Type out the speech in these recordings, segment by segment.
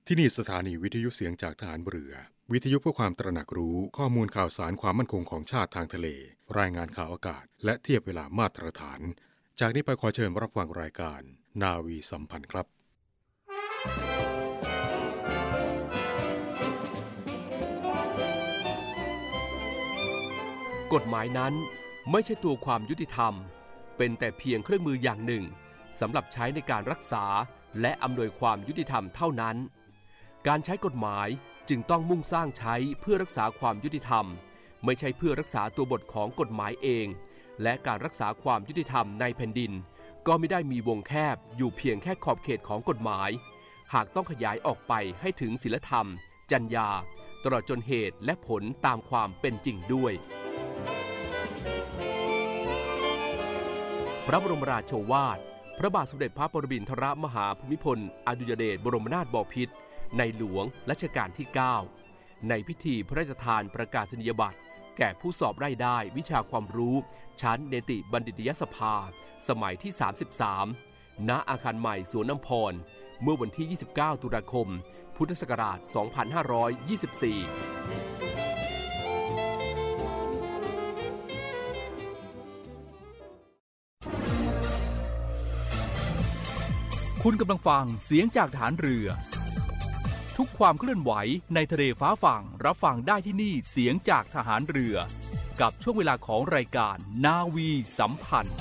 ที่นี่สถานีวิทยุเสียงจากทหารเรือวิทยุเพื่อความตระหนักรู้ข้อมูลข่าวสารความมั่นคงของชาติทางทะเลรายงานข่าวอากาศและเทียบเวลามาตรฐานจากนี้ไปขอเชิญรับฟังรายการนาวีสัมพันธ์ครับกฎหมายนั้นไม่ใช่ตัวความยุติธรรมเป็นแต่เพียงเครื่องมืออย่างหนึ่งสำหรับใช้ในการรักษาและอำนวยความยุติธรรมเท่านั้นการใช้กฎหมายจึงต้องมุ่งสร้างใช้เพื่อรักษาความยุติธรรมไม่ใช่เพื่อรักษาตัวบทของกฎหมายเองและการรักษาความยุติธรรมในแผ่นดินก็ไม่ได้มีวงแคบอยู่เพียงแค่ขอบเขตของกฎหมายหากต้องขยายออกไปให้ถึงศีลธรรมจรรยาตลอดจนเหตุและผลตามความเป็นจริงด้วยพระบรมราโชวาทพระบาทสมเด็จพระปรมินทรมหาภูมิพลอดุลยเดชบรมนาถบพิตรในหลวงรัชกาลที่ 9 ในพิธีพระราชทานประกาศนียบัตรแก่ผู้สอบได้วิชาความรู้ชั้นเนติบัณฑิตยสภาสมัยที่ 33 ณ อาคารใหม่สวนน้ำพรเมื่อวันที่ 29 ตุลาคม พุทธศักราช 2524คุณกำลังฟังเสียงจากฐานเรือทุกความเคลื่อนไหวในทะเลฟ้าฝั่งรับฟังได้ที่นี่เสียงจากทหารเรือกับช่วงเวลาของรายการนาวีสัมพันธ์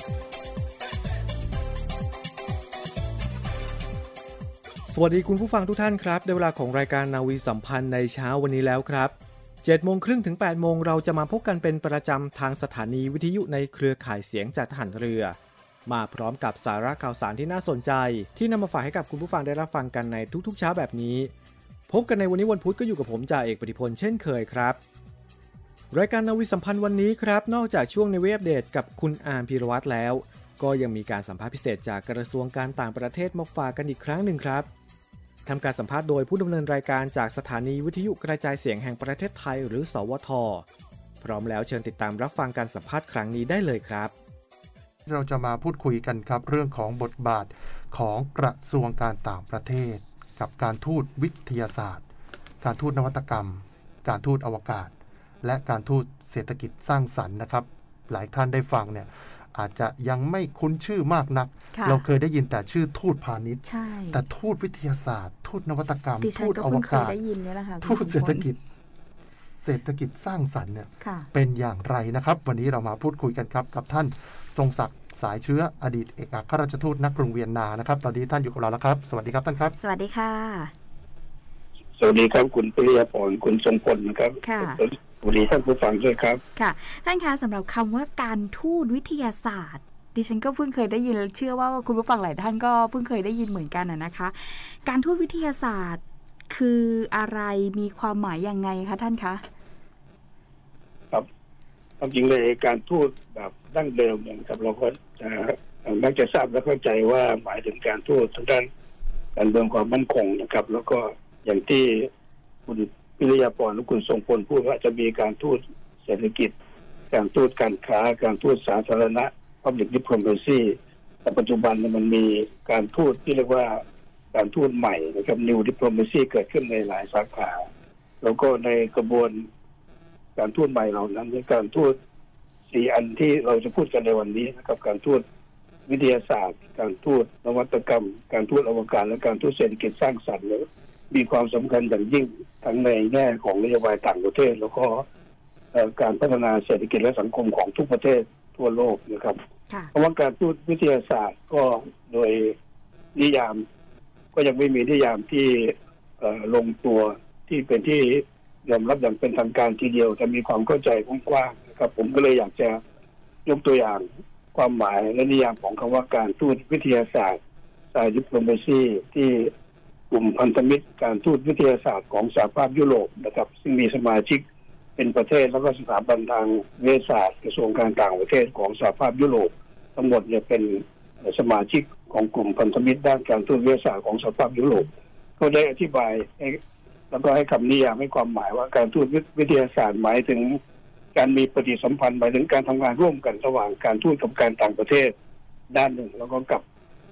สวัสดีคุณผู้ฟังทุกท่านครับได้เวลาของรายการนาวีสัมพันธ์ในเช้าวันนี้แล้วครับ7:30 ถึง 8:00 เราจะมาพบกันเป็นประจำทางสถานีวิทยุในเครือข่ายเสียงจากทหารเรือมาพร้อมกับสาระข่าวสารที่น่าสนใจที่นำมาฝากให้กับคุณผู้ฟังได้รับฟังกันในทุกๆเช้าแบบนี้พบกันในวันนี้วันพุธก็อยู่กับผมจ่าเอกปฏิพลเช่นเคยครับรายการนาวีสัมพันธ์วันนี้ครับนอกจากช่วงในเว็บเดทกับคุณอาร์มพีรวัตรแล้วก็ยังมีการสัมภาษณ์พิเศษจากกระทรวงการต่างประเทศมาฝากกันอีกครั้งหนึ่งครับทำการสัมภาษณ์โดยผู้ดำเนินรายการจากสถานีวิทยุกระจายเสียงแห่งประเทศไทยหรือสวท.พร้อมแล้วเชิญติดตามรับฟังการสัมภาษณ์ครั้งนี้ได้เลยครับเราจะมาพูดคุยกันครับเรื่องของบทบาทของกระทรวงการต่างประเทศกับการทูตวิทยาศาสตร์การทูตนวัตกรรมการทูตอวกาศและการทูตเศรษฐกิจสร้างสรรค์นะครับหลายท่านได้ฟังเนี่ยอาจจะยังไม่คุ้นชื่อมากนักเราเคยได้ยินแต่ชื่อทูตพาณิชย์แต่ทูตวิทยาศาสตร์ทูตนวัตกรรมทูตอวกาศทูตเศรษฐกิจสร้างสรรค์เนี่ยเป็นอย่างไรนะครับวันนี้เรามาพูดคุยกันครับกับท่านทรงศักดิ์สายเชื้ออดีตเอกอัครราชทูตณกรุงเวียนนานะครับตอนนี้ท่านอยู่กับเราแล้วครับสวัสดีครับท่านครับสวัสดีค่ะสวัสดีครับคุณปริยาพรคุณทรงพลนะครับค่ะสวัสดีท่านผู้ฟังด้วยครับค่ะท่านคะสำหรับคำว่าการทูตวิทยาศาสตร์ดิฉันก็เพิ่งเคยได้ยินเชื่อว่าคุณผู้ฟังหลายท่านก็เพิ่งเคยได้ยินเหมือนกันนะคะการทูตวิทยาศาสตร์คืออะไรมีความหมายยังไงคะท่านคะความจริงเลยการทูตแบบดั้งเดิมนะครับเราก็มักจะทราบและเข้าใจว่าหมายถึงการทูตทางด้านการเมืองความมั่นคงนะครับแล้วก็อย่างที่คุณพิริยาพรและคุณทรงพลพูดว่าจะมีการทูตเศรษฐกิจการทูตการค้าการทูตสาธารณะ Public Diplomacy แต่ปัจจุบันมันมีการทูตที่เรียกว่าการทูตใหม่นะครับ New Diplomacy เกิดขึ้นในหลายสาขาแล้วก็ในกระบวนการทูตใหม่เหล่านั้นเป็นการทูต4อันที่เราจะพูดกันในวันนี้นะครับการทูตวิทยาศาสตร์การทูตนวัตกรรมการทูตอวกาศและการทูตเศรษฐกิจสร้างสรรค์มีความสำคัญอย่างยิ่งทั้งในแง่ของนโยบายต่างประเทศแล้วก็การพัฒนาเศรษฐกิจและสังคมของทุกประเทศทั่วโลกนะครับเพราะว่าการทูตวิทยาศาสตร์ก็โดยนิยามก็ยังไม่มีนิยามที่ลงตัวที่เป็นที่ยอมรับอย่างเป็นทางการทีเดียวจะมีความเข้าใจกว้างๆนะครับผมก็เลยอยากจะยกตัวอย่างความหมายและนิยามของคำว่าการทูตวิทยาศาสตร์สายดิปโลมาซีที่กลุ่มพันธมิตรการทูตวิทยาศาสตร์ของสหภาพยุโรปนะครับซึ่งมีสมาชิกเป็นประเทศแล้วก็สถาบันทางวิทยาศาสตร์กระทรวงการต่างประเทศของสหภาพยุโรปทั้งหมดเนี่ยเป็นสมาชิกของกลุ่มพันธมิตรด้านการทูตวิทยาศาสตร์ของสหภาพยุโรปก็ได้อธิบายแล้วก็ให้คำนิยามให้ความหมายว่าการทูตวิทยาศาสตร์หมายถึงการมีปฏิสัมพันธ์หมายถึงการทำงานร่วมกันระหว่างการทูตกับการต่างประเทศด้านหนึ่งแล้วก็กับ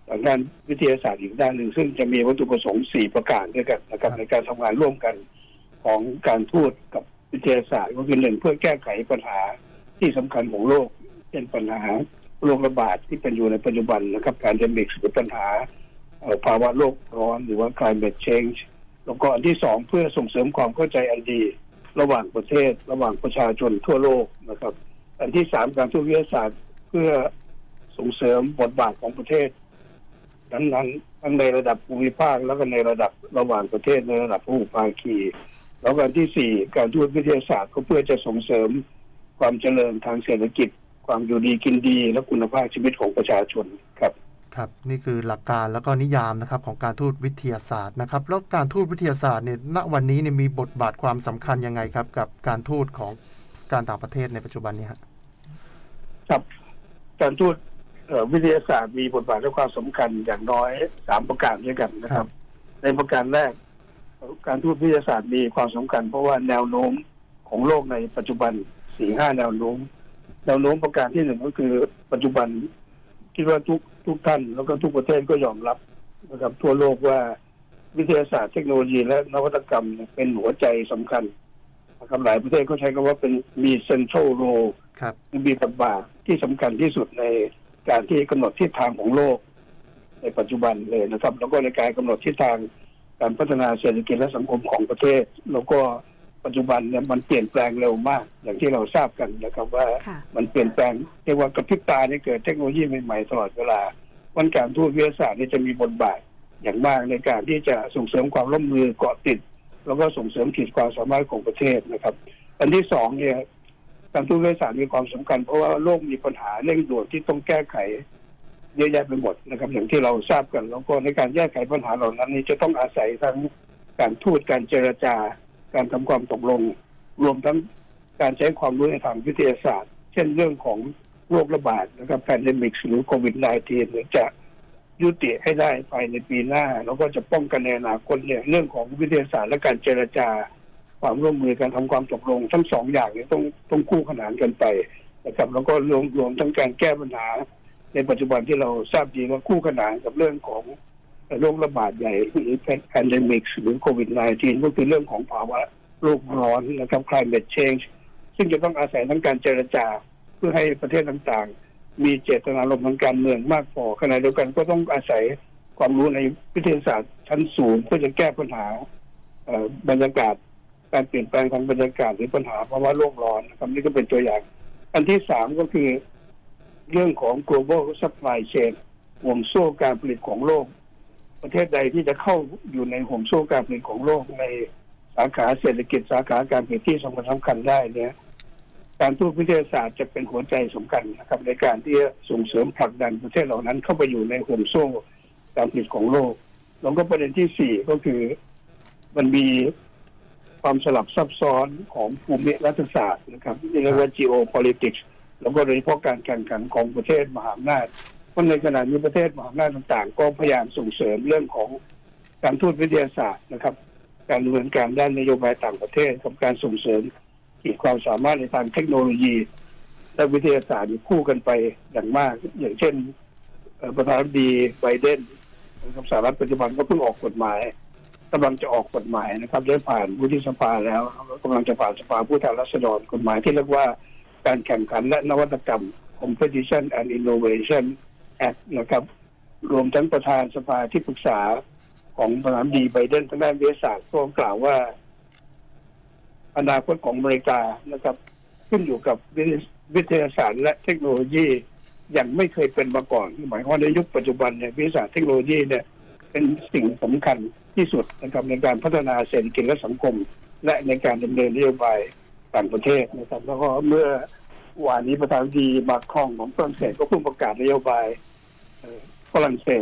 ทางด้านวิทยาศาสตร์อีกด้านหนึ่งซึ่งจะมีวัตถุประสงค์4ประการด้วยกันนะครับในการทำงานร่วมกันของการทูตกับวิทยาศาสตร์ก็คือ1เพื่อแก้ไขปัญหาที่สำคัญของโลกเช่นปัญหาโรคระบาดที่เป็นอยู่ในปัจจุบันนะครับการเดมิกหรือปัญหาภาวะโลกร้อนหรือว่า climate change แล้วก็อันที่2เพื่อส่งเสริมความเข้าใจอันดีระหว่างประเทศระหว่างประชาชนทั่วโลกนะครับอันที่3การทูตวิทยาศาสตร์เพื่อส่งเสริมบทบาทของประเทศนั้นทั้งในระดับภูมิภาคแล้วก็ในระดับระหว่างประเทศในระดับภูมิภาคีแล้วอันที่4การทูตวิทยาศาสตร์ก็เพื่อจะส่งเสริมความเจริญทางเศรษฐกิจความอยู่ดีกินดีและคุณภาพชีวิตของประชาชนครับครับนี่คือหลักการแล้วก็นิยามนะครับของการทูตวิทยาศาสตร์นะครับแล้วการทูตวิทยาศาสตร์เนี่ยณวันนี้เนี่ยมีบทบาทความสำคัญยังไงครับกับการทูตของการต่างประเทศในปัจจุบันนี้ครับการทูตวิทยาศาสตร์มีบทบาทและความสำคัญอย่างน้อย3ประการด้วยกันนะครับในประการแรกการทูตวิทยาศาสตร์มีความสำคัญเพราะว่าแนวโน้มของโลกในปัจจุบัน 4-5 แนวโน้มประการที่1ก็คือปัจจุบันคิดว่าทุกท่านแล้วก็ทุกประเทศก็ยอมรับนะครับทั่วโลกว่าวิทยาศาสตร์เทคโนโลยีและนวัตกรรมเป็นหัวใจสำคัญนะครับหลายประเทศก็ใช้คำว่าเป็นมี central role มีบทบาทที่สำคัญที่สุดในการที่กำหนดทิศทางของโลกในปัจจุบันเลยนะครับแล้วก็ในการกำหนดทิศทางการพัฒนาเศรษฐกิจและสังคมของประเทศแล้วก็ปัจจุบันเนี่ยมันเปลี่ยนแปลงเร็วมากอย่างที่เราทราบกันนะครับว่ามันเปลี่ยนแปลงเรียกว่ากระพริบตาเนี่ยเกิดเทคโนโลยีใหม่ๆตลอดเวลาวันการทูตวิทยาศาสตร์นี่จะมีบทบาทอย่างมากในการที่จะส่งเสริมความร่วมมือเกาะติดแล้วก็ส่งเสริมขีดความสามารถของประเทศนะครับอันที่2เนี่ยการทูตวิทยาศาสตร์มีความสำคัญเพราะว่าโลกมีปัญหาเร่งด่วนที่ต้องแก้ไขเยอะแยะไปหมดนะครับอย่างที่เราทราบกันแล้วก็ในการแก้ไขปัญหาเหล่านั้นนี่จะต้องอาศัยทั้งการทูตการเจรจาการทำความตกลงรวมทั้งการใช้ความรู้ในทางวิทยาศาสตร์เช่นเรื่องของโรคระบาดนะครับแพนเดมิกหรือโควิด -19 จะยุติให้ได้ภายในปีหน้าแล้วก็จะป้องกันในอนาคตเนี่ยเรื่องของวิทยาศาสตร์และการเจรจาความร่วมมือการทำความตกลงทั้ง2อย่างนี้ต้องคู่ขนานกันไปนะครับแล้วก็รวมทั้งการแก้ปัญหาในปัจจุบันที่เราทราบดีว่าคู่ขนานกับเรื่องของโรคระบาดใหญ่หรือแพนเดมิกหรือโควิด -19 ก็คือเรื่องของภาวะโลกร้อนนะครับ climate change ซึ่งจะต้องอาศัยทั้งการเจรจาเพื่อให้ประเทศต่างๆมีเจตนารมณ์ทางการเมืองมากพอขณะเดียวกันก็ต้องอาศัยความรู้ในวิทยาศาสตร์ชั้นสูงเพื่อจะแก้ปัญหาบรรยากาศการเปลี่ยนแปลงทางบรรยากาศหรือปัญหาภาวะโลกร้อนนะครับนี่ก็เป็นตัวอย่างอันที่3ก็คือเรื่องของ global supply chain ห่วงโซ่การผลิตของโลกประเทศใดที่จะเข้าอยู่ในห่วงโซ่การผลิตของโลกในสาขาเศรษฐกิจสาขาการผลิตที่สำคัญได้เนี่ยการทูตวิทยาศาสตร์จะเป็นหัวใจสำคัญนะครับในการที่จะส่งเสริมผลักดันประเทศเหล่านั้นเข้าไปอยู่ในห่วงโซ่การผลิตของโลกแล้วก็ประเด็นที่4ก็คือมันมีความสลับซับซ้อนของภูมิรัฐศาสตร์นะครับที่เรียกว่า geopolitics แล้วก็โดยเฉพาะการแข่งขันของประเทศมหาอำนาจเพราะในขณะนี้ประเทศมหาอำนาจต่างๆก็พยายามส่งเสริมเรื่องของการทูตวิทยาศาสตร์นะครับการดำเนินการด้านนโยบายต่างประเทศกับการส่งเสริมขีดความสามารถในทางเทคโนโลยีและวิทยาศาสตร์คู่กันไปอย่างมากอย่างเช่นประธานาธิบดีไบเดนสหรัฐปัจจุบันก็เพิ่งออกกฎหมายกำลังจะออกกฎหมายนะครับได้ผ่านวุฒิสภาแล้วกำลังจะผ่านสภาผู้แทนราษฎรกฎหมายที่เรียกว่าการแข่งขันและนวัตกรรม Competition and Innovation Act นะครับรวมทั้งประธานสภาที่ปรึกษาของประธานาธิบดีไบเดนทางด้านวิทยาศาสตร์ก็กล่าวว่าอนาคตของอเมริกานะครับขึ้นอยู่กับวิทยาศาสตร์และเทคโนโลยีอย่างไม่เคยเป็นมาก่อนหมายความว่าในยุคปัจจุบันเนี่ยวิทยาศาสตร์เทคโนโลยีเนี่ยเป็นสิ่งสำคัญที่สุดนะครับในการพัฒนาเศรษฐกิจและสังคมและในการดำเนินนโยบายต่างประเทศนะครับแล้วก็เมื่อวานนี้ประธานาธิบดีมาครองของฝรั่งเศสก็เพิ่งประกาศนโยบายฝรั่งเศส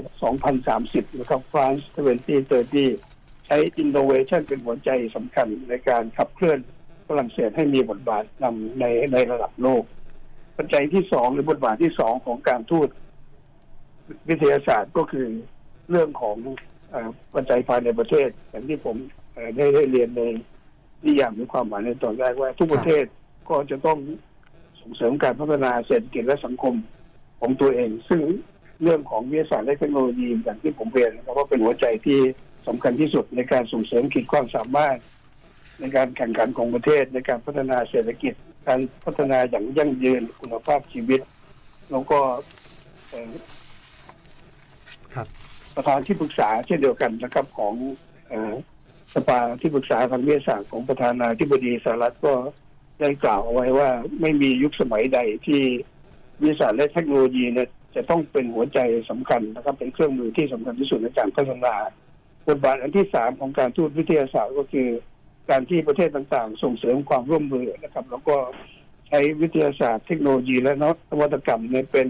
2030 นะครับ France 2030 ใช้ innovation เป็นหัวใจสำคัญในการขับเคลื่อนฝรั่งเศสให้มีบทบาทนำในระดับโลกปัจจัยที่2หรือบทบาทที่2ของการทูตวิทยาศาสตร์ก็คือเรื่องของปัจจัยภายในประเทศอย่างที่ผมได้เรียนในนิยามมีความหมายในตอนแรกว่าทุกประเทศก็จะต้องส่งเสริมการพัฒนาเศรษฐกิจและสังคมของตัวเองซึ่งเรื่องของวิทยาศาสตร์และเทคโนโลยีอย่างที่ผมเรียนนะครับว่าเป็นหัวใจที่สำคัญที่สุดในการส่งเสริมขีดความสามารถในการแข่งขันของประเทศในการพัฒนาเศรษฐกิจการพัฒนาอย่างยั่งยืนคุณภาพชีวิตแล้วก็ประธานที่ปรึกษาเช่นเดียวกันนะครับของสภาที่ปรึกษาทางวิทยาศาสตร์ของประธานาธิบดีสหรัฐก็ได้กล่าวเอาไว้ว่าไม่มียุคสมัยใดที่วิทยาศาสตร์และเทคโนโลยีเนี่ยจะต้องเป็นหัวใจสำคัญนะครับเป็นเครื่องมือที่สำคัญที่สุดในการพัฒนาบทบาทอันที่3ของการทูตวิทยาศาสตร์ก็คือการที่ประเทศต่างๆส่งเสริมความร่วมมือนะครับแล้วก็ใช้วิทยาศาสตร์เทคโนโลยีและนวัตกรรมเนี่ยเป็น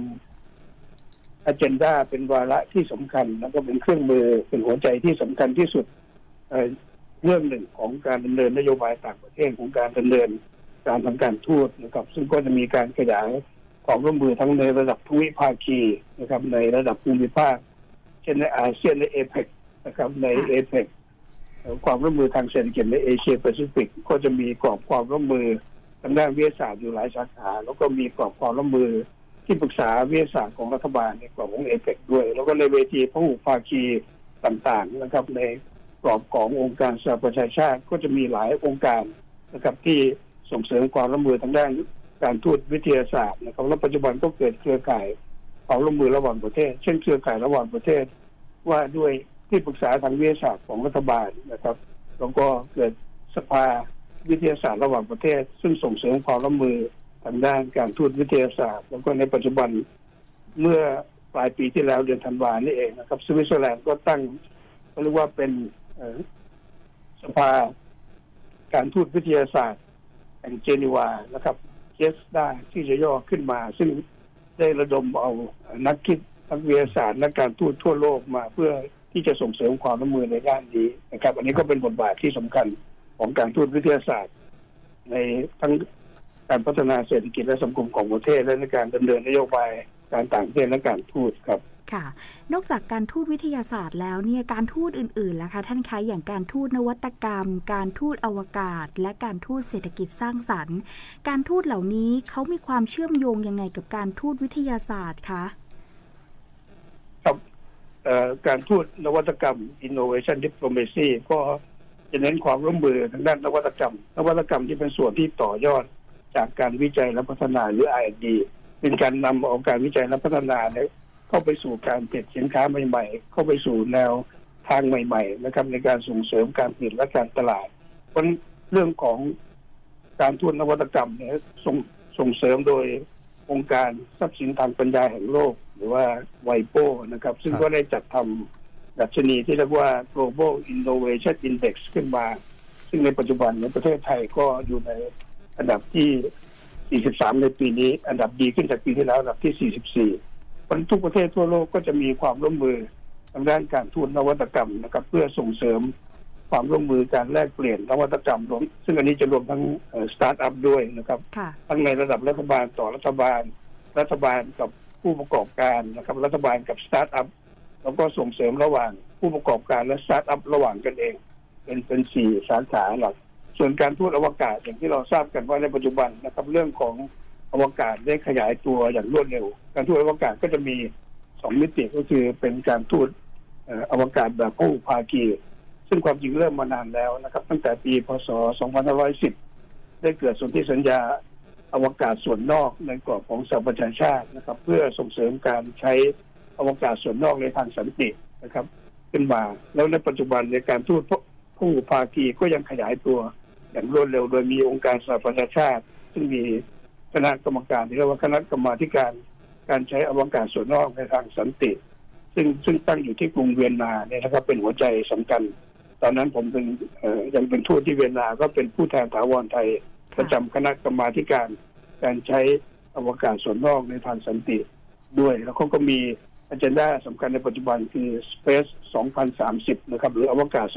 agenda เป็นวาระที่สำคัญแล้วก็เป็นเครื่องมือเป็นหัวใจที่สำคัญที่สุดเรื่องหนึ่งของการดำเนินนโยบายต่างประเทศของการดำเนินการทางการทูตนะครับซึ่งก็จะมีการขยายความร่วมมือทั้งในระดับทวิภาคีนะครับในระดับภูมิภาคเช่นในอาเซียนในเอเปกนะครับในเอเปกความร่วมมือทางเศรษฐกิจในเอเชียแปซิฟิกก็จะมีกรอบความร่วมมือทางด้านวิทยาศาสตร์อยู่หลายสาขาแล้วก็มีกรอบความร่วมมือที่ปรึกษาวิทยาศาสตร์ของรัฐบาลในกรอบของเอเปกด้วยแล้วก็ในเวทีพหุภาคีต่างๆนะครับในกรอบขององค์การสหประชาชาติก็จะมีหลายองค์การนะครับที่ส่งเสริมความร่วมมือทางด้านการทูตวิทยาศาสตร์นะครับและปัจจุบันก็เกิดเครือข่ายความร่วมมือระหว่างประเทศเช่นเครือข่ายระหว่างประเทศว่าด้วยที่ปรึกษาทางวิทยาศาสตร์ของรัฐบาลนะครับแล้วก็เกิดสภาวิทยาศาสตร์ระหว่างประเทศซึ่งส่งเสริมความร่วมมือทางด้านการทูตวิทยาศาสตร์แล้วก็ในปัจจุบันเมื่อปลายปีที่แล้วเดือนธันวาคมนี่เองนะครับสวิตเซอร์แลนด์ก็ตั้งเรียกว่าเป็นสภาการทูตวิทยาศาสตร์แห่งเจนีวานะครับเจสได้ที่จะย่อขึ้นมาซึ่งได้ระดมเอานักคิดนักวิทยาศาสตร์นักการทูตทั่วโลกมาเพื่อที่จะส่งเสริมความร่วมมือในด้านนี้นะครับอันนี้ก็เป็นบทบาทที่สำคัญของการทูตวิทยาศาสตร์ในทั้งการพัฒนาเศรษฐกิจและสังคมของประเทศและในการดำเนินนโยบายการต่างประเทศและการทูตครับค่ะนอกจากการทูตวิทยาศาสตร์แล้วเนี่ยการทูตอื่นๆล่ะคะท่านคะอย่างการทูตนวัตกรรมการทูตอวกาศและการทูตเศรษฐกิจสร้างสรรค์การทูตเหล่านี้เขามีความเชื่อมโยงยังไงกับการทูตวิทยาศาสตร์คะครับการทูตนวัตกรรม Innovation Diplomacy ก็จะเน้นความร่วมมือทางด้านนวัตกรรมที่เป็นส่วนที่ต่อยอดจากการวิจัยและพัฒนาหรือ R&D เป็นการนำเอาการวิจัยและพัฒนาเนี่ยเข้าไปสู่การผลิตสินค้าใหม่ๆเข้าไปสู่แนวทางใหม่ๆนะครับในการส่งเสริมการผลิตและการตลาดเพราะเรื่องของการทูตนวัตกรรมเนี่ยส่งเสริมโดยองค์การทรัพย์สินทางปัญญาแห่งโลกหรือว่าไวโปนะครับซึ่งก็ได้จัดทำดัชนีที่เรียกว่า Global Innovation Index ขึ้นมาซึ่งในปัจจุบันในประเทศไทยก็อยู่ในอันดับที่43ในปีนี้อันดับดีขึ้นจากปีที่แล้วอันดับที่44คนทุกประเทศทั่วโลกก็จะมีความร่วมมือทางด้านการทูตนวัตกรรมนะครับเพื่อส่งเสริมความร่วมมือการแลกเปลี่ยนนวัตกรรมรวมซึ่งอันนี้จะรวมทั้งสตาร์ทอัพด้วยนะครับทั้งในระดับรัฐบาลต่อรัฐบาลกับผู้ประกอบการนะครับรัฐบาลกับสตาร์ทอัพแล้วก็ส่งเสริมระหว่างผู้ประกอบการและสตาร์ทอัพระหว่างกันเองเป็น4สาขาหลักส่วนการทูตอวกาศอย่างที่เราทราบกันว่าในปัจจุบันนะครับเรื่องของอวกาศได้ขยายตัวอย่างรวดเร็วการทูตอวกาศก็จะมี2มิติก็คือเป็นการทูตอวกาศแบบพหุภาคีซึ่งความจริงเริ่มมานานแล้วนะครับตั้งแต่ปีพ.ศ. 2510ได้เกิดสนธิสัญญาอวกาศส่วนนอกในกรอบของสหประชาชาตินะครับเพื่อส่งเสริมการใช้อวกาศส่วนนอกในทางสันตินะครับขึ้นมาแล้วในปัจจุบันในการทูตพหุภาคีก็ยังขยายตัวอย่างรวดเร็วโดยมีองค์การสหประชาชาติซึ่งมีคณะกรรมการที่เรียกว่าคณะกรรมาธิการใช้อวกาศส่วนนอกในทางสันติซึ่งตั้งอยู่ที่กรุงเวียนนาเนี่ยนะครับเป็นหัวใจสำคัญตอนนั้นผมเป็นยังเป็นทูตที่เวียนนาก็เป็นผู้แทนถาวรไทยประจำคณะกรรมาธิการใช้อวกาศส่วนนอกในทางสันติด้วยแล้วเขาก็มีagenda สำคัญในปัจจุบันคือ Space 2030นะครับหรืออวกาศ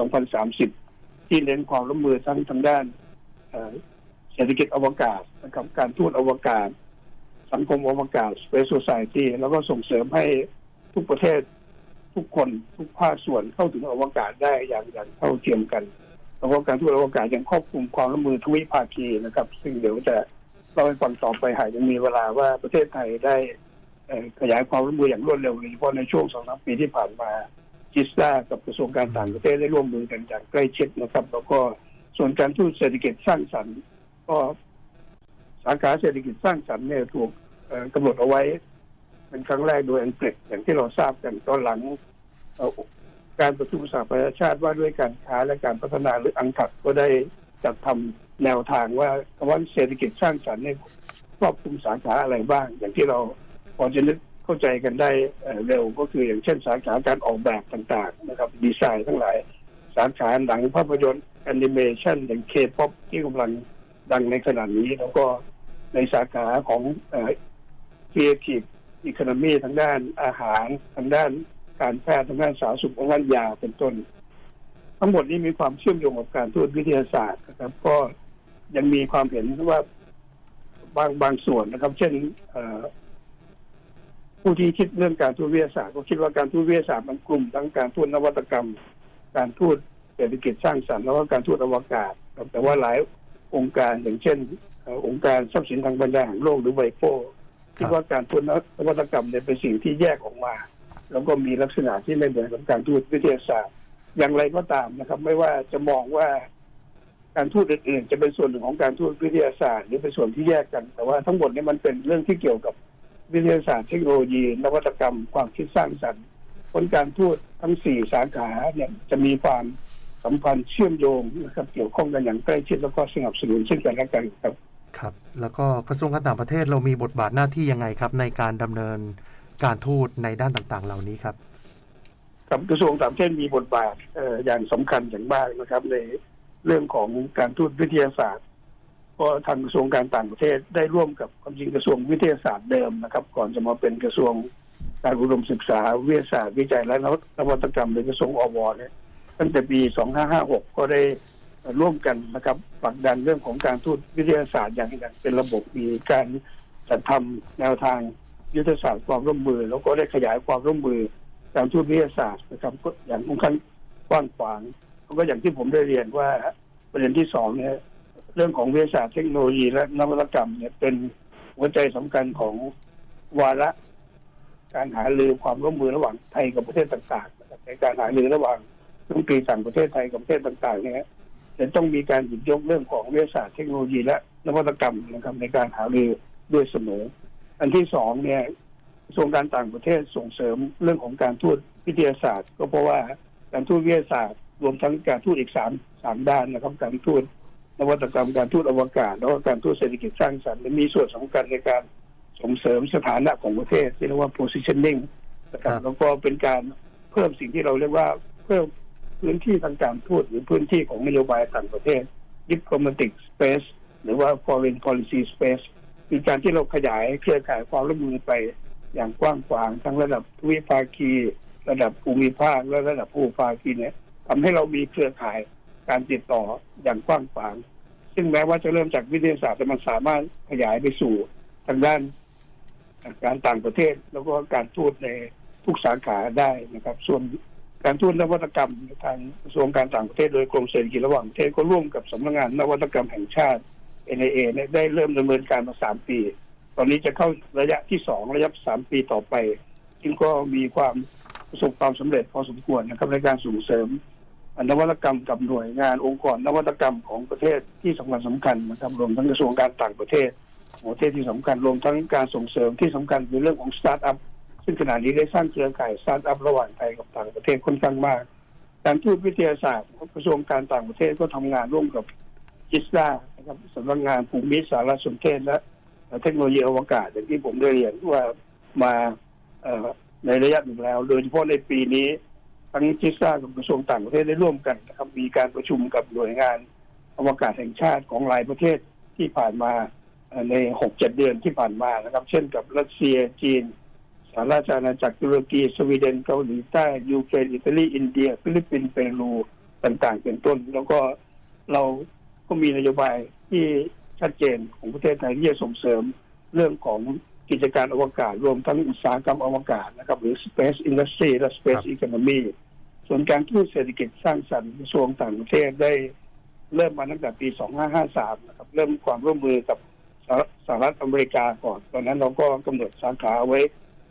2030ที่เน้นความร่วมมือทั้งทางด้านเศรษฐกิจอวกาศนะครับการทูตอวกาศสังคมอวกาศ Space Society แล้วก็ส่งเสริมให้ทุกประเทศทุกคนทุกภาคส่วนเข้าถึงอวกาศได้อย่างเท่าเทียมกันแล้วก็การทูตอวกาศยังครอบคลุมความร่วมมือทวิภาคีนะครับซึ่งเดี๋ยวจะเล่าให้ฟังต่อไปหากยังมีเวลาว่าประเทศไทยได้ขยายความร่วมมืออย่างรวดเร็วโดยเฉพาะในช่วง 2-3 ปีที่ผ่านมาจิสตากับกระทรวงการต่างประเทศได้ร่วมมือกันอย่างใกล้ชิดนะครับแล้วก็ส่วนการทูตเศรษฐกิจสร้างสรรค์ก็สาขาเศรษฐกิจสร้างสรรค์เนี่ยถูกกำหนดเอาไว้เป็นครั้งแรกโดยอังกฤษอย่างที่เราทราบกันตอนหลังการประชุมสหประชาชาติว่าด้วยการค้าและการพัฒนาหรืออังคัดก็ได้จัดทำแนวทางว่าคำว่าเศรษฐกิจสร้างสรรค์เนี่ยครอบคลุมสาขาอะไรบ้างอย่างที่เราพอจะนึกเข้าใจกันได้เร็วก็คืออย่างเช่นสาขาการออกแบบต่างๆนะครับดีไซน์ทั้งหลายสาขาหนังภาพยนตร์แอนิเมชันอย่าง K-POP ที่กำลังดังในขณะนี้แล้วก็ในสาขาของCreative Economy ทางด้านอาหารทางด้านการแพทย์ทางด้านสาธารณสุขทางด้านยาเป็นต้นทั้งหมดนี้มีความเชื่อมโยงกับการทูตวิทยาศาสตร์นะครับก็ยังมีความเห็นว่าบางส่วนนะครับเช่นผู้ที่คิดเรื่องการทูตวิทยาศาสตร์ก็คิดว่าการทูตวิทยาศาสตร์มันกลุ่มทั้งการทูตนวัตกรรมการทูตเศรษฐกิจสร้างสรรค์แล้วก็การทูตอวกาศแต่ว่าหลายองค์การอย่างเช่นองค์การทรัพย์สินทางปัญญาแห่งโลกหรือไวโป้คิดว่าการทูตนวัตกรรมเนี่ยเป็นสิ่งที่แยกออกมาแล้วก็มีลักษณะที่ไม่เหมือนกับการทูตวิทยาศาสตร์อย่างไรก็ตามนะครับไม่ว่าจะมองว่าการทูตอื่นๆจะเป็นส่วนหนึ่งของการทูตวิทยาศาสตร์หรือเป็นส่วนที่แยกกันแต่ว่าทั้งหมดนี้มันเป็นเรื่องที่เกี่ยวกับวิทยาศาสตร์เทคโนโลยีนวัตกรรมความคิดสร้างสรรค์ผลการทูตทั้ง4สาขาเนี่ยจะมีความสัมพันธ์เชื่อมโยงนะครับเกี่ยวข้องกันอย่างใกล้ชิดแล้วก็สนับสนุนซึ่งกันและกันครับแล้วก็กระทรวงการต่างประเทศเรามีบทบาทหน้าที่ยังไงครับในการดำเนินการทูตในด้านต่างๆเหล่านี้ครับกับกระทรวงต่างประเทศมีบทบาทอย่างสำคัญอย่างมากนะครับในเรื่องของการทูตวิทยาศาสตร์ก็ทางกระทรวงการต่างประเทศได้ร่วมกับความจริงกระทรวงวิทยาศาสตร์เดิมนะครับก่อนจะมาเป็นกระทรวงการอุดมศึกษาวิทยาศาสตร์วิจัยและนวัตกรรมหรือกระทรวงอวเนี่ยตั้งแต่ปี 2556 ก็ได้ร่วมกันนะครับผลักดันเรื่องของการทูตวิทยาศาสตร์อย่างเป็นระบบมีการจัดทำแนวทางยุทธศาสตร์ความร่วมมือแล้วก็ได้ขยายความร่วมมือการทูตวิทยาศาสตร์นะครับก็อย่างค่อนข้างกว้างขวางก็อย่างที่ผมได้เรียนว่าประเด็นที่2เนี่ยเรื่องของวิทยาศาสตร์เทคโนโลยีและนวัตกรรมเนี่ยเป็นหัวใจสำคัญของวาระการหารือความร่วมมือระหว่างไทยกับประเทศต่างๆนะครับในการหารือระหว่างรัฐมนตรีต่างประเทศไทยกับประเทศต่างๆเนี่ยจะต้องมีการหยิบยกเรื่องของวิทยาศาสตร์เทคโนโลยีและนวัตกรรมนะครับในการหารือด้วยเสมออันที่2เนี่ยกระทรวงการต่างประเทศส่งเสริมเรื่องของการทูตวิทยาศาสตร์ก็เพราะว่าการทูตวิทยาศาสตร์รวมทั้งการทูตอีก3ด้านนะครับการทูตนวัตกรรมการทูตอวกาศแล้วก็การทูตเศรษฐกิจสร้างสรรค์มีส่วนสำคัญในการส่งเสริมสถานะของประเทศที่เรียกว่า positioning นะครับแล้วก็เป็นการเพิ่มสิ่งที่เราเรียกว่าเพิ่มพื้นที่ทางการทูตหรือพื้นที่ของนโยบายต่างประเทศ diplomatic space หรือว่า foreign policy space คือการที่เราขยายเครือข่ายความร่วมมือไปอย่างกว้างขวางทั้งระดับทวิภาคีระดับภูมิภาคและระดับภูมิภาคีเนี่ยทำให้เรามีเครือข่ายการติดต่ออย่างกว้างขวางซึ่งแม้ว่าจะเริ่มจากวิทยาศาสตร์แต่มันสามารถขยายไปสู่ทางด้านการต่างประเทศแล้วก็การทูตในทุกสาขาได้นะครับส่วนการทูตนวัตกรรมทางกระทรวงการต่างประเทศโดยกรมเศรษฐกิจระหว่างประเทศก็ร่วมกับสำนักงานนวัตกรรมแห่งชาติ NIA ได้เริ่มดำเนินการมา3 ปีตอนนี้จะเข้าระยะที่2ระยะ3 ปีต่อไปซึ่งก็มีความประสบความสำเร็จพอสมควรนะครับในการส่งเสริมนวัตกรรมกับหน่วยงานองค์กรนวัตกรรมของประเทศที่สำคัญนะครับรวมทั้งกระทรวงการต่างประเทศประเทศที่สำคัญรวมทั้งการส่งเสริมที่สำคัญคือเรื่องของสตาร์ทอัพซึ่งขณะนี้ได้สร้างเครือข่ายสตาร์ทอัพระหว่างไทยกับต่างประเทศค่อนข้างมากการทูตวิทยาศาสตร์กระทรวงการต่างประเทศก็ทำงานร่วมกับจิสดานะครับสำนักงานภูมิสารสนเทศและเทคโนโลยีอวกาศอย่างที่ผมได้เรียนว่ามาในระยะหนึ่งแล้วโดยเฉพาะในปีนี้ทั้งจิสดากับกระทรวงต่างประเทศได้ร่วมกันนะครับมีการประชุมกับหน่วยงานอวกาศแห่งชาติของหลายประเทศที่ผ่านมาใน 6-7 เดือนที่ผ่านมานะครับเช่นกับรัสเซียจีนสหราชอาณาจักรตุรกีสวีเดนเกาหลีใต้ยูเครนอิตาลีอินเดียฟิลิปปินส์เปรูต่างๆเป็นต้นแล้วก็เราก็มีนโยบายที่ชัดเจนของประเทศไทยที่จะส่งเสริมเรื่องของกิจการอวกาศรวมทั้งอุตสาหกรรมอวกาศนะครับหรือ Space Industry และ Space Economy ส่วนการทูตเศรษฐกิจสร้างสรรค์กระทรวงต่างประเทศได้เริ่มมาตั้งแต่ปี 2553 นะครับเริ่มความร่วมมือกับสหรัฐอเมริกาก่อนตอนนั้นเราก็กำหนดสาขาไว้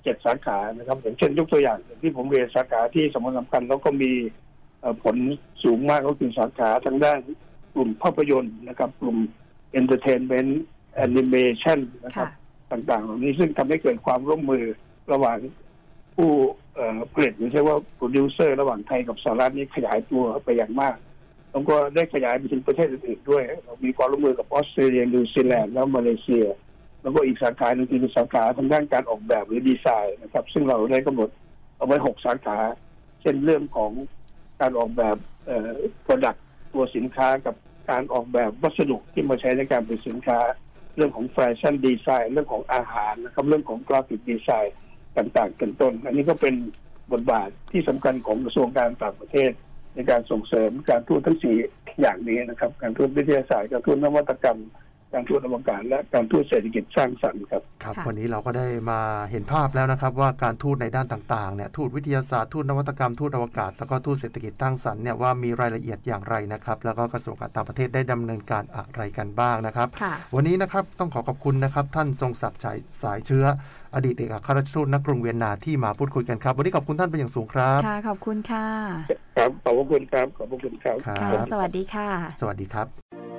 7 สาขานะครับอย่างเช่นยกตัวอย่างที่ผมเรียนสาขาที่สำคัญแล้วก็มีผลสูงมากก็คือสาขาทางด้านกลุ่มภาพยนตร์นะครับกลุ่ม entertainment animation นะครับต่างๆเหล่านี้ซึ่งทำให้เกิดความร่วมมือระหว่างผู้ผลิตหรือใช่ว่าโปรดิวเซอร์ระหว่างไทยกับสหรัฐนี้ขยายตัวไปอย่างมากแล้วก็ได้ขยายไปถึงประเทศอื่นๆด้วยเรามีความร่วมมือกับออสเตรเลียนิวซีแลนด์แล้วมาเลเซียแล้วก็อีกสาขาหนึ่งคือสาขาทางด้านการออกแบบหรือดีไซน์นะครับซึ่งเราได้กำหนดเอาไว้6 สาขาเช่นเรื่องของการออกแบบproduct ตัวสินค้ากับการออกแบบวัสดุที่มาใช้ในการผลิตสินค้าเรื่องของแฟชั่นดีไซน์เรื่องของอาหารนะครับเรื่องของกราฟิกดีไซน์ต่างๆเป็นต้นอันนี้ก็เป็นบทบาทที่สำคัญของกระทรวงการต่างประเทศในการส่งเสริมการทูตทั้ง4อย่างนี้นะครับการทูตวิทยาศาสตร์การทูตนวัตกรรมการทูตอวกาศและการทูตเศรษฐกิจสร้างสรรค์ครับครับวันนี้เราก็ได้มาเห็นภาพแล้วนะครับว่าการทูตในด้านต่างๆเนี่ยทูตวิทยาศาสตร์ทูตนวัตกรรมทูตอวกาศแล้วก็ทูตเศรษฐกิจสร้างสรรค์เนี่ยว่ามีรายละเอียดอย่างไรนะครับแล้วก็กระทรวงการต่างประเทศได้ดำเนินการอะไรกันบ้างนะครับวันนี้นะครับต้องขอบคุณนะครับท่านทรงศักดิ์สายเชื้ออดีตเอกอัครราชทูตณกรุงเวียนนาที่มาพูดคุยกันครับวันนี้ขอบคุณท่านเป็นอย่างสูงครับค่ะขอบคุณค่ะครับขอบคุณครับขอบคุณครับค่ะสวัสดีค่ะสวัสดีครับ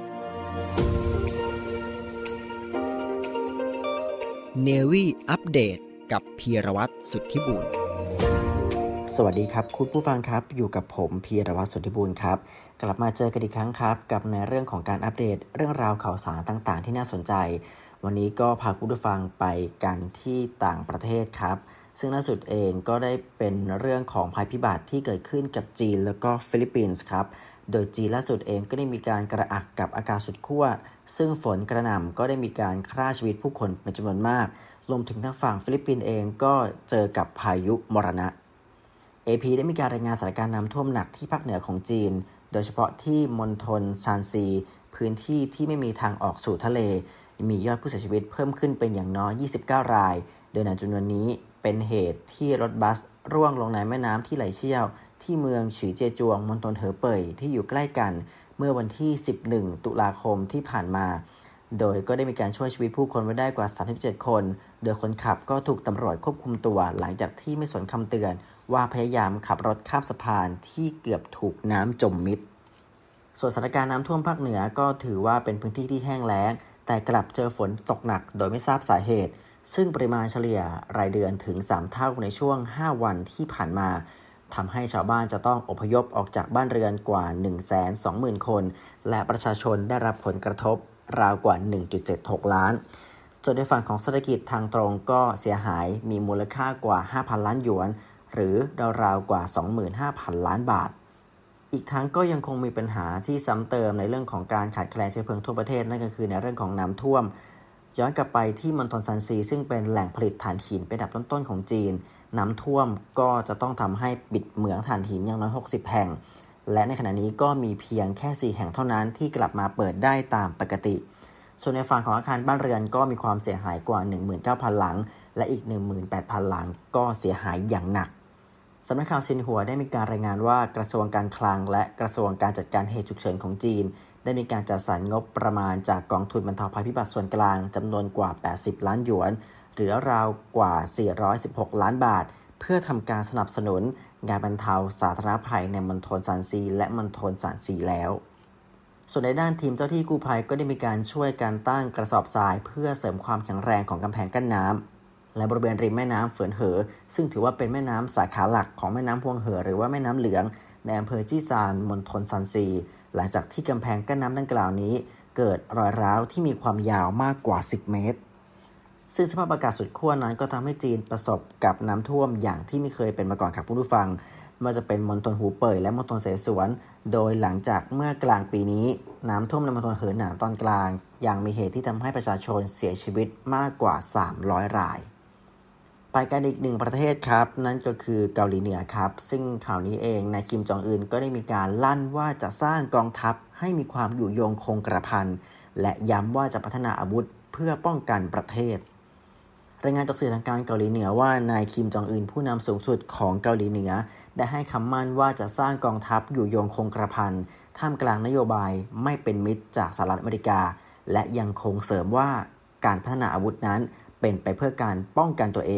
เนวี่อัปเดตกับพีรวัตรสุทธิบูรณ์สวัสดีครับคุณผู้ฟังครับอยู่กับผมพีรวัตรสุทธิบูรณ์ครับกลับมาเจอกันอีกครั้งครับกับในเรื่องของการอัปเดตเรื่องราวข่าวสารต่างๆที่น่าสนใจวันนี้ก็พาคุณผู้ฟังไปกันที่ต่างประเทศครับซึ่งล่าสุดเองก็ได้เป็นเรื่องของภัยพิบัติที่เกิดขึ้นกับจีนแล้วก็ฟิลิปปินส์ครับโดยจีนล่าสุดเองก็ได้มีการกระอักกับอากาศสุดขั้วซึ่งฝนกระหน่ำก็ได้มีการฆ่าชีวิตผู้คนเป็นจำนวนมากรวมถึงทางฝั่งฟิลิปปินส์เองก็เจอกับพายุมรณะ AP ได้มีการรายงานสถานการณ์น้ำท่วมหนักที่ภาคเหนือของจีนโดยเฉพาะที่มณฑลชานซีพื้นที่ที่ไม่มีทางออกสู่ทะเลมียอดผู้เสียชีวิตเพิ่มขึ้นเป็นอย่างน้อย29 รายโดยในจำนวนนี้เป็นเหตุที่รถบัสร่วงลงในแม่น้ำที่ไหลเชี่ยวที่เมืองฉีเจจวงมณฑลเหอเป่ยที่อยู่ใกล้กันเมื่อวันที่11 ตุลาคมที่ผ่านมาโดยก็ได้มีการช่วยชีวิตผู้คนไว้ได้กว่า37 คนโดยคนขับก็ถูกตำรวจควบคุมตัวหลังจากที่ไม่สนคำเตือนว่าพยายามขับรถข้ามสะพานที่เกือบถูกน้ำจมมิดส่วนสถานการณ์น้ำท่วมภาคเหนือก็ถือว่าเป็นพื้นที่ที่แห้งแล้งแต่กลับเจอฝนตกหนักโดยไม่ทราบสาเหตุซึ่งปริมาณเฉลี่ยรายเดือนถึง3 เท่าในช่วง5 วันที่ผ่านมาทำให้ชาวบ้านจะต้องอพยพออกจากบ้านเรือนกว่า 120,000 คนและประชาชนได้รับผลกระทบราวกว่า 1.76 ล้านจนในฝั่งของเศรษฐกิจทางตรงก็เสียหายมีมูลค่ากว่า 5,000 ล้านหยวนหรือราวๆกว่า 25,000 ล้านบาทอีกทั้งก็ยังคงมีปัญหาที่ซ้ำเติมในเรื่องของการขาดแคลนเชื้อเพลิงทั่วประเทศนั่นก็คือในเรื่องของน้ำท่วมย้อนกลับไปที่มณฑลซานซีซึ่งเป็นแหล่งผลิตถ่านหินเป็นอันดับต้นๆของจีนน้ำท่วมก็จะต้องทำให้ปิดเหมืองถ่านหินอย่างน้อย60 แห่งและในขณะนี้ก็มีเพียงแค่4 แห่งเท่านั้นที่กลับมาเปิดได้ตามปกติส่วนในฝั่งของอาคารบ้านเรือนก็มีความเสียหายกว่า 19,000 หลังและอีก 18,000 หลังก็เสียหายอย่างหนักสำนักข่าวซินหัวได้มีการรายงานว่ากระทรวงการคลังและกระทรวงการจัดการเหตุฉุกเฉินของจีนได้มีการจัดสรรงบประมาณจากกองทุนบรรเทาภัยพิบัติส่วนกลางจำนวนกว่า80 ล้านหยวนหรือราวกว่า416 ล้านบาทเพื่อทำการสนับสนุนงานบรรเทาสาธารณภัยในมณฑลซานซีและมณฑลซานซีแล้วส่วนในด้านทีมเจ้าที่กู้ภัยก็ได้มีการช่วยการตั้งกระสอบทรายเพื่อเสริมความแข็งแรงของกำแพงกั้นน้ำและบริเวณริมแม่น้ำเฟินเหอซึ่งถือว่าเป็นแม่น้ำสาขาหลักของแม่น้ำฮวงเหอหรือว่าแม่น้ำเหลืองในอำเภอจี้ซานมณฑลซานซีหลังจากที่กำแพงกั้นน้ำดังกล่าวนี้เกิดรอยร้าวที่มีความยาวมากกว่า10 เมตรซึ่งสภาพอากาศสุดขั้วนั้นก็ทำให้จีนประสบกับน้ำท่วมอย่างที่ไม่เคยเป็นมาก่อนครับผู้ฟังไม่ว่าจะเป็นมณฑลหูเป่ยและมณฑลเสฉวนโดยหลังจากเมื่อกลางปีนี้น้ำท่วมในมณฑลเหอหนานตอนกลางยังมีเหตุที่ทำให้ประชาชนเสียชีวิตมากกว่า300 รายไปกันอีกหนึ่งประเทศครับนั่นก็คือเกาหลีเหนือครับซึ่งข่าวนี้เองนายคิมจองอึนก็ได้มีการลั่นว่าจะสร้างกองทัพให้มีความอยู่ยงคงกระพันและย้ำว่าจะพัฒนาอาวุธเพื่อป้องกันประเทศรายงานจากสื่อทางการเกาหลีเหนือว่านายคิมจองอึนผู้นำสูงสุดของเกาหลีเหนือได้ให้คำมั่นว่าจะสร้างกองทัพอยู่ยงคงกระพันท่ามกลางนโยบายไม่เป็นมิตรจากสหรัฐอเมริกาและยังคงเสริมว่าการพัฒนาอาวุธนั้นเป็นไปเพื่อการป้องกันตัวเอง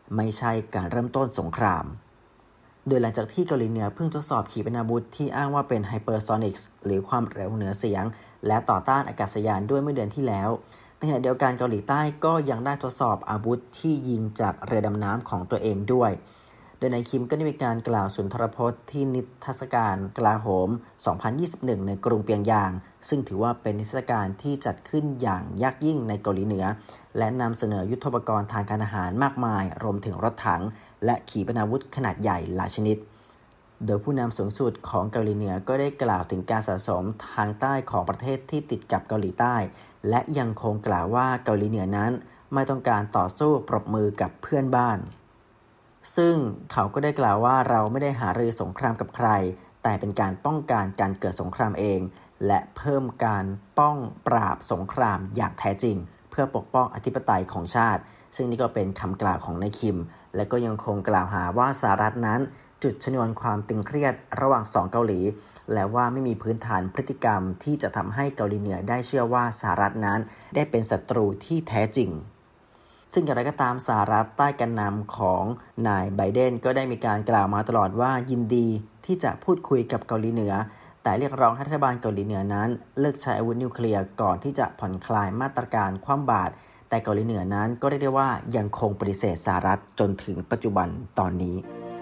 ไม่ใช่การเริ่มต้นสงครามโดยหลังจากที่เกาหลีเหนือเพิ่งทดสอบขีปนาวุธที่อ้างว่าเป็นไฮเปอร์โซนิกส์หรือความเร็วเหนือเสียงและต่อต้านอากาศยานด้วยเมื่อเดือนที่แล้วในขณะเดียวกันเกาหลีใต้ก็ยังได้ทดสอบอาวุธที่ยิงจากเรือดำน้ำของตัวเองด้วยโดยนายคิมก็ได้มีการกล่าวสุนทรพจน์ที่นิทรรศการกลาโหม 2021 ในกรุงเปียงยางซึ่งถือว่าเป็นนิทรรศการที่จัดขึ้นอย่างยากยิ่งในเกาหลีเหนือและนำเสนอยุทโธปกรณ์ทางการทหารมากมายรวมถึงรถถังและขีปนาวุธขนาดใหญ่หลายชนิดโดยผู้นำสูงสุดของเกาหลีเหนือก็ได้กล่าวถึงการสะสมทางใต้ของประเทศที่ติดกับเกาหลีใต้และยังคงกล่าวว่าเกาหลีเหนือนั้นไม่ต้องการต่อสู้ปรบมือกับเพื่อนบ้านซึ่งเขาก็ได้กล่าวว่าเราไม่ได้หารือสงครามกับใครแต่เป็นการป้องกันการเกิดสงครามเองและเพิ่มการป้องปราบสงครามอย่างแท้จริงเพื่อปกป้องอธิปไตยของชาติซึ่งนี่ก็เป็นคำกล่าวของนายคิมและก็ยังคงกล่าวหาว่าสหรัฐนั้นจุดชนวนความตึงเครียดระหว่าง2เกาหลีและว่าไม่มีพื้นฐานพฤติกรรมที่จะทำให้เกาหลีเหนือได้เชื่อว่าสหรัฐนั้นได้เป็นศัตรูที่แท้จริงซึ่งอย่างไรก็ตามสหรัฐใต้การนำของนายไบเดนก็ได้มีการกล่าวมาตลอดว่ายินดีที่จะพูดคุยกับเกาหลีเหนือแต่เรียกร้องให้รัฐบาลเกาหลีเหนือนั้นเลิกใช้อาวุธนิวเคลียร์ก่อนที่จะผ่อนคลายมาตรการคว่ำบาตรแต่เกาหลีเหนือนั้นก็เรียกได้ว่ายังคงปฏิเสธสหรัฐจนถึงปัจจุบันตอนนี้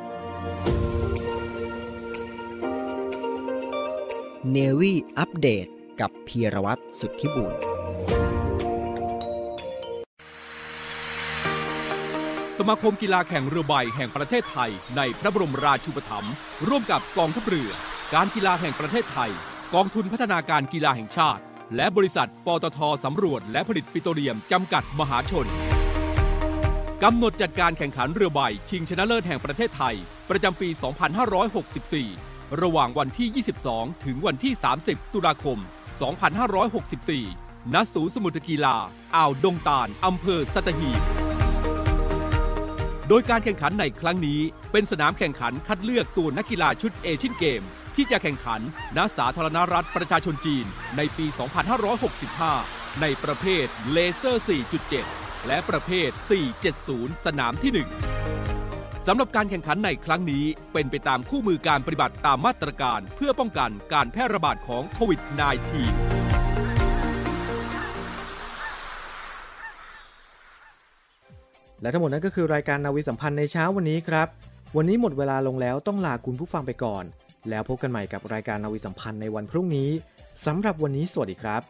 Navy อัปเดตกับพีรวัตรสุทธิบุญสมาคมกีฬาแข่งเรือใบแห่งประเทศไทยในพระบรมราชูปถัมภ์ร่วมกับกองทัพเรือการกีฬาแห่งประเทศไทยกองทุนพัฒนาการกีฬาแห่งชาติและบริษัทปตท.สำรวจและผลิตปิโตรเลียมจำกัดมหาชนกำหนดจัดการแข่งขันเรือใบชิงชนะเลิศแห่งประเทศไทยประจำปี 2564 ระหว่างวันที่ 22 ถึงวันที่ 30 ตุลาคม 2564 ณ ศูนย์สมุทรกีฬาอ่าวดงตาลอำเภอสัตหีบโดยการแข่งขันในครั้งนี้เป็นสนามแข่งขันคัดเลือกตัวนักกีฬาชุดเอเชียนเกมที่จะแข่งขันณสาธารณรัฐประชาชนจีนในปี 2565 ในประเภทเลเซอร์ 4.7 และประเภท 4.70 สนามที่ 1 สำหรับการแข่งขันในครั้งนี้เป็นไปตามคู่มือการปฏิบัติตามมาตรการเพื่อป้องกันการแพร่ระบาดของโควิด -19 และทั้งหมดนั้นก็คือรายการนาวีสัมพันธ์ในเช้าวันนี้ครับวันนี้หมดเวลาลงแล้วต้องลาคุณผู้ฟังไปก่อนแล้วพบกันใหม่กับรายการนาวีสัมพันธ์ในวันพรุ่งนี้สำหรับวันนี้สวัสดีครับ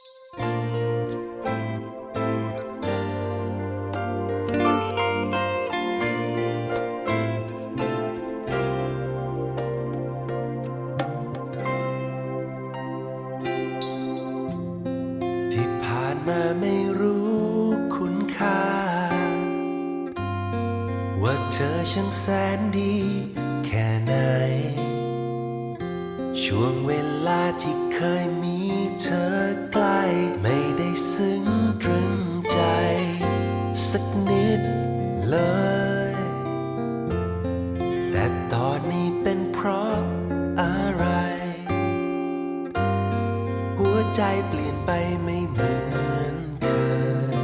ที่ผ่านมาไม่รู้คุณค่าว่าเธอช่างแสนดีแค่ไหนช่วงเวลาที่เคยมีเธอใกล้ไม่ได้ซึ้งตรึงใจสักนิดเลยแต่ตอนนี้เป็นเพราะอะไรหัวใจเปลี่ยนไปไม่เหมือนเคย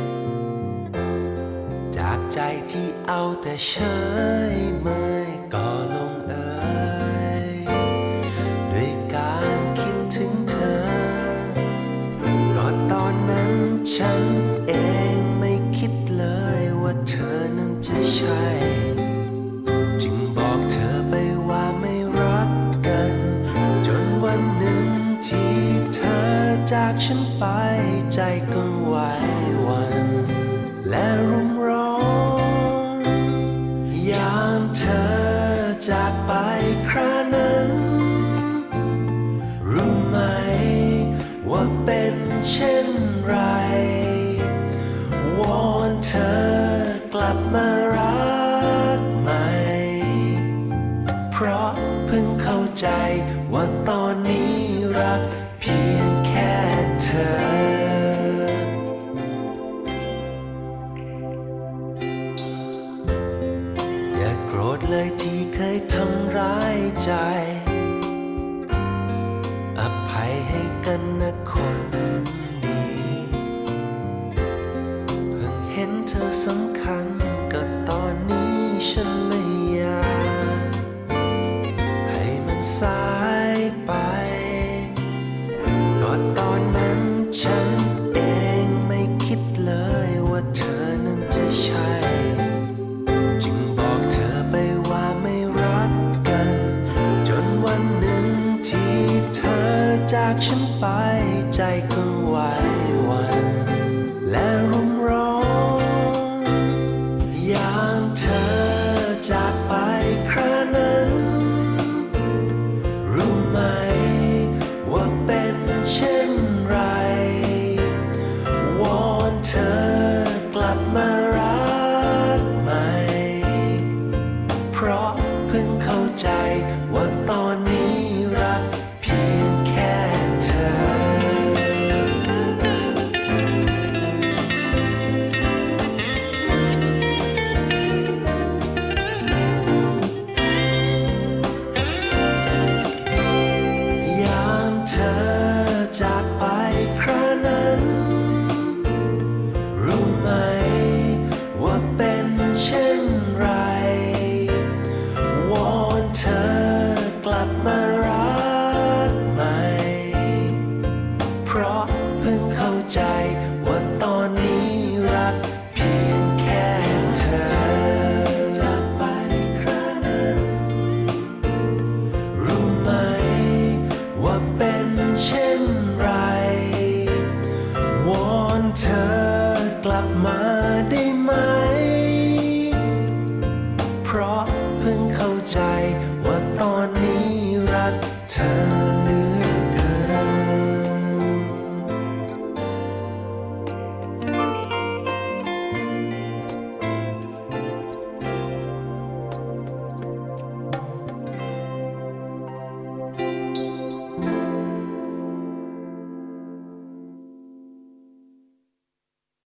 จากใจที่เอาแต่เฉยเมยก็ลงเอยด้วยการคิดถึงเธอก็ตอนนั้นฉันเองไม่คิดเลยว่าเธอนั้นจะใช่จึงบอกเธอไปว่าไม่รักกันจนวันหนึ่งที่เธอจากฉันไปใจก็ไหวหวั่นและรุ่มร้อนยามเธอจากไปครานั้นรู้ไหมว่าเป็นเช่นไรวอนเธอกลับมารักใหม่เพราะเพิ่งเข้าใจว่าตอนนี้รักเพียงแค่เธออย่าโกรธเลยที่เคยทำร้ายใจอภัยให้กันนะคนดีเพิ่งเห็นเธอสำคัญก็ตอนนี้จากฉันไปใจก็ไหวหวั่นและรุ่มร้อนยามเธอจากไปครานั้นรู้ไหมว่าเป็นเช่นไรวอนเธอกลับมารักใหม่เพราะเพิ่งเข้าใจว่าตอนนี้รักเพียงแค่เธอยามเธอจากไปครานั้นรู้ไหมว่าเป็นเช่นไรวอนเธอกลับมารักใหม่เพราะเพิ่งเข้าใจว่าตอนนี้รักเพียงแค่เธอจากไปครานั้นรู้ไหมว่าเป็นเช่นไรวอนเธอกลับมา